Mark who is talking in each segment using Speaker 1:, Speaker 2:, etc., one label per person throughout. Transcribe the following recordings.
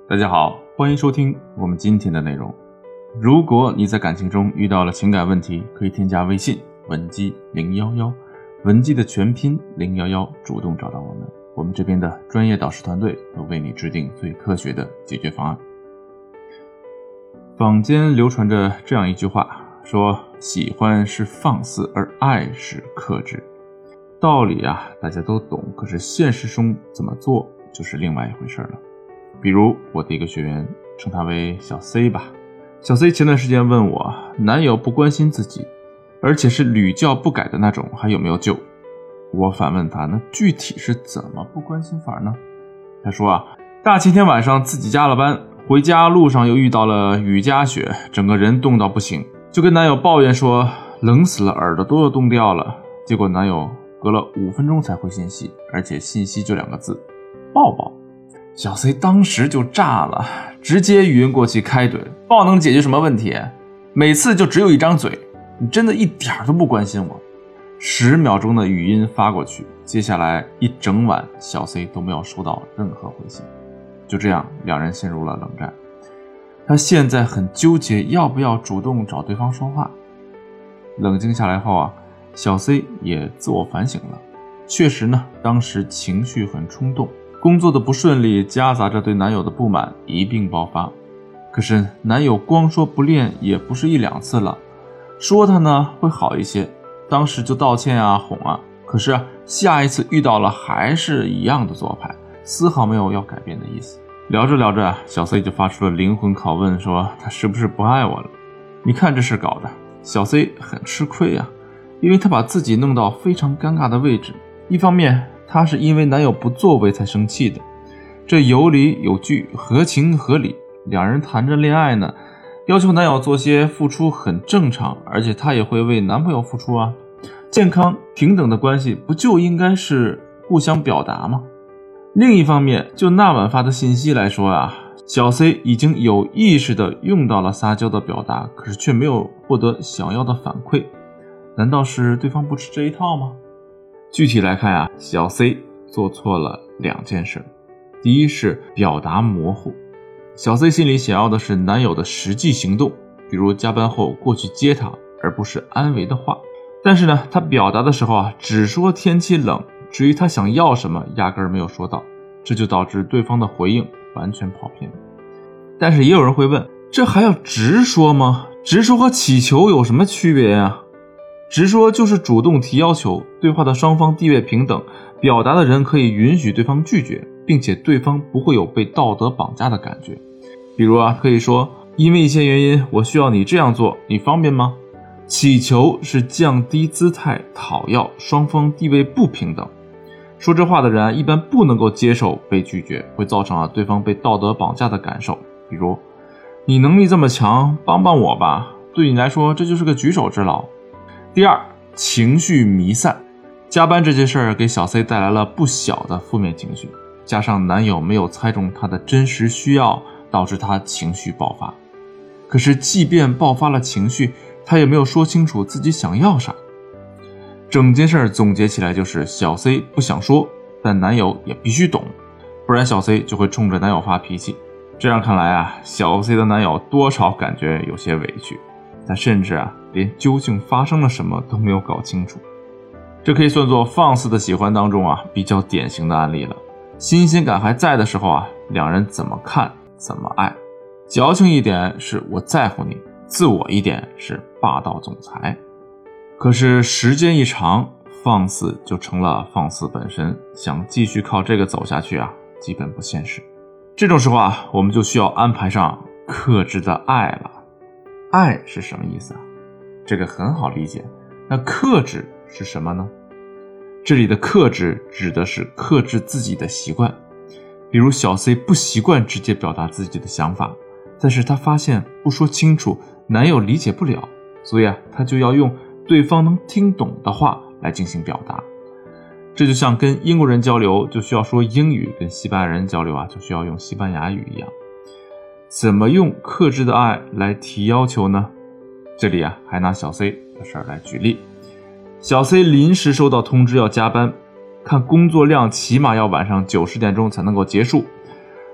Speaker 1: 大家好，欢迎收听我们今天的内容。如果你在感情中遇到了情感问题，可以添加微信文姬011，文姬的全拼011，主动找到我们，我们这边的专业导师团队会为你制定最科学的解决方案。坊间流传着这样一句话，说喜欢是放肆，而爱是克制。道理大家都懂，可是现实中怎么做就是另外一回事了。比如我的一个学员，称他为小 C 吧。小 C 前段时间问我，男友不关心自己，而且是屡教不改的那种，还有没有救？我反问他，那具体是怎么不关心法呢？他说大前天晚上自己加了班，回家路上又遇到了雨夹雪，整个人冻到不行，就跟男友抱怨说冷死了，耳朵都要冻掉了。结果男友隔了5分钟才回信息，而且信息就2个字，抱抱。小 C 当时就炸了，直接语音过去开怼，抱能解决什么问题？每次就只有一张嘴，你真的一点都不关心我。10秒钟的语音发过去，接下来一整晚小 C 都没有收到任何回信。就这样两人陷入了冷战。他现在很纠结要不要主动找对方说话。冷静下来后小 C 也自我反省了，确实呢，当时情绪很冲动，工作的不顺利夹杂着对男友的不满一并爆发。可是男友光说不练也不是1、2次了，说他呢会好一些，当时就道歉哄可是下一次遇到了还是一样的做派，丝毫没有要改变的意思。聊着聊着小 C 就发出了灵魂拷问，说他是不是不爱我了？你看这事搞的，小 C 很吃亏因为他把自己弄到非常尴尬的位置。一方面他是因为男友不作为才生气的，这有理有据，合情合理。两人谈着恋爱呢，要求男友做些付出很正常，而且他也会为男朋友付出健康平等的关系不就应该是互相表达吗？另一方面，就那晚发的信息来说小 C 已经有意识地用到了撒娇的表达，可是却没有获得想要的反馈。难道是对方不吃这一套吗？具体来看小 C 做错了2件事。第一是表达模糊，小 C 心里想要的是男友的实际行动，比如加班后过去接他，而不是安慰的话。但是呢，他表达的时候只说天气冷，至于他想要什么压根儿没有说到，这就导致对方的回应完全跑偏。但是也有人会问，这还要直说吗？直说和乞求有什么区别直说就是主动提要求，对话的双方地位平等，表达的人可以允许对方拒绝，并且对方不会有被道德绑架的感觉。比如可以说，因为一些原因我需要你这样做，你方便吗？乞求是降低姿态讨要，双方地位不平等。说这话的人一般不能够接受被拒绝，会造成对方被道德绑架的感受。比如，你能力这么强，帮帮我吧，对你来说这就是个举手之劳。第二，情绪弥散。加班这件事给小 C 带来了不小的负面情绪，加上男友没有猜中她的真实需要，导致她情绪爆发。可是即便爆发了情绪，她也没有说清楚自己想要啥。整件事总结起来就是小 C 不想说，但男友也必须懂，不然小 C 就会冲着男友发脾气。这样看来小 C 的男友多少感觉有些委屈，他甚至连究竟发生了什么都没有搞清楚。这可以算作放肆的喜欢当中比较典型的案例了。新鲜感还在的时候两人怎么看怎么爱。矫情一点是我在乎你，自我一点是霸道总裁。可是时间一长，放肆就成了放肆本身，想继续靠这个走下去基本不现实。这种时候我们就需要安排上克制的爱了。爱是什么意思这个很好理解，那克制是什么呢？这里的克制指的是克制自己的习惯。比如小 C 不习惯直接表达自己的想法，但是她发现不说清楚男友理解不了，所以她就要用对方能听懂的话来进行表达。这就像跟英国人交流就需要说英语，跟西班牙人交流就需要用西班牙语一样。怎么用克制的爱来提要求呢？这里还拿小 C 的事儿来举例。小 C 临时收到通知要加班，看工作量起码要晚上9、10点钟才能够结束。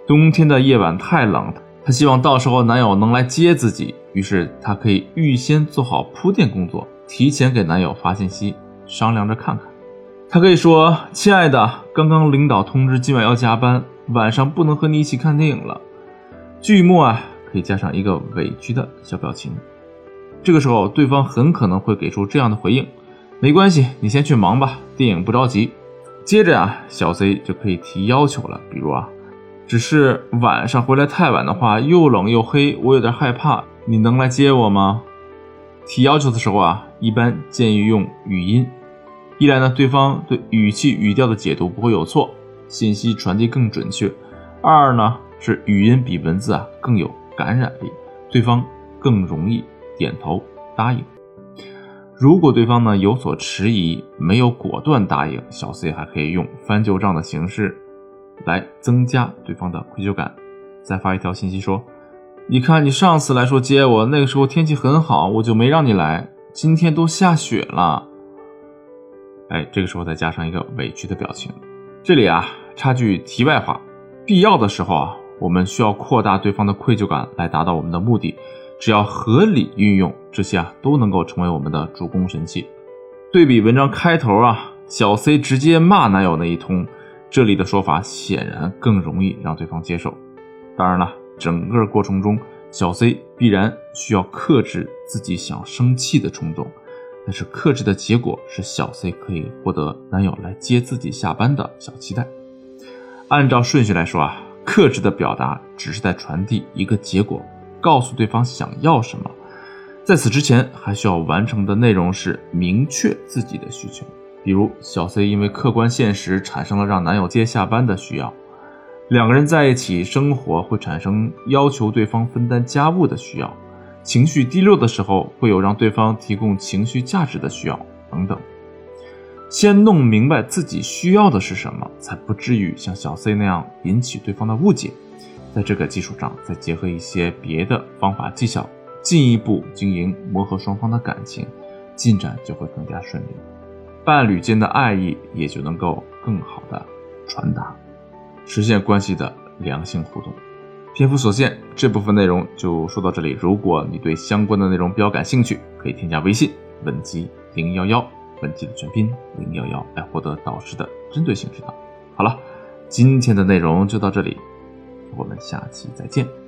Speaker 1: 冬天的夜晚太冷，她希望到时候男友能来接自己，于是她可以预先做好铺垫工作，提前给男友发信息，商量着看看。她可以说：亲爱的，刚刚领导通知今晚要加班，晚上不能和你一起看电影了。句末可以加上一个委屈的小表情。这个时候对方很可能会给出这样的回应：没关系，你先去忙吧，电影不着急。接着小 C 就可以提要求了，比如只是晚上回来太晚的话，又冷又黑，我有点害怕，你能来接我吗？提要求的时候一般建议用语音，一来呢，对方对语气语调的解读不会有错，信息传递更准确；二呢，是语音比文字更有感染力，对方更容易点头答应。如果对方呢有所迟疑，没有果断答应，小 C 还可以用翻旧账的形式来增加对方的愧疚感。再发一条信息说：你看你上次来说接我，那个时候天气很好，我就没让你来，今天都下雪了。这个时候再加上一个委屈的表情。这里插句题外话，必要的时候我们需要扩大对方的愧疚感来达到我们的目的，只要合理运用，这些都能够成为我们的主攻神器。对比文章开头小 C 直接骂男友那一通，这里的说法显然更容易让对方接受。当然了，整个过程中小 C 必然需要克制自己想生气的冲动，但是克制的结果是小 C 可以获得男友来接自己下班的小期待。按照顺序来说克制的表达只是在传递一个结果，告诉对方想要什么。在此之前还需要完成的内容是明确自己的需求，比如小 C 因为客观现实产生了让男友接下班的需要，两个人在一起生活会产生要求对方分担家务的需要，情绪低落的时候会有让对方提供情绪价值的需要等等。先弄明白自己需要的是什么，才不至于像小 C 那样引起对方的误解。在这个基础上再结合一些别的方法技巧，进一步经营磨合双方的感情，进展就会更加顺利，伴侣间的爱意也就能够更好的传达，实现关系的良性互动。篇幅所限，这部分内容就说到这里。如果你对相关的内容比较感兴趣，可以添加微信文姬011，文姬的全拼011，来获得导师的针对性指导。好了，今天的内容就到这里，我们下期再见。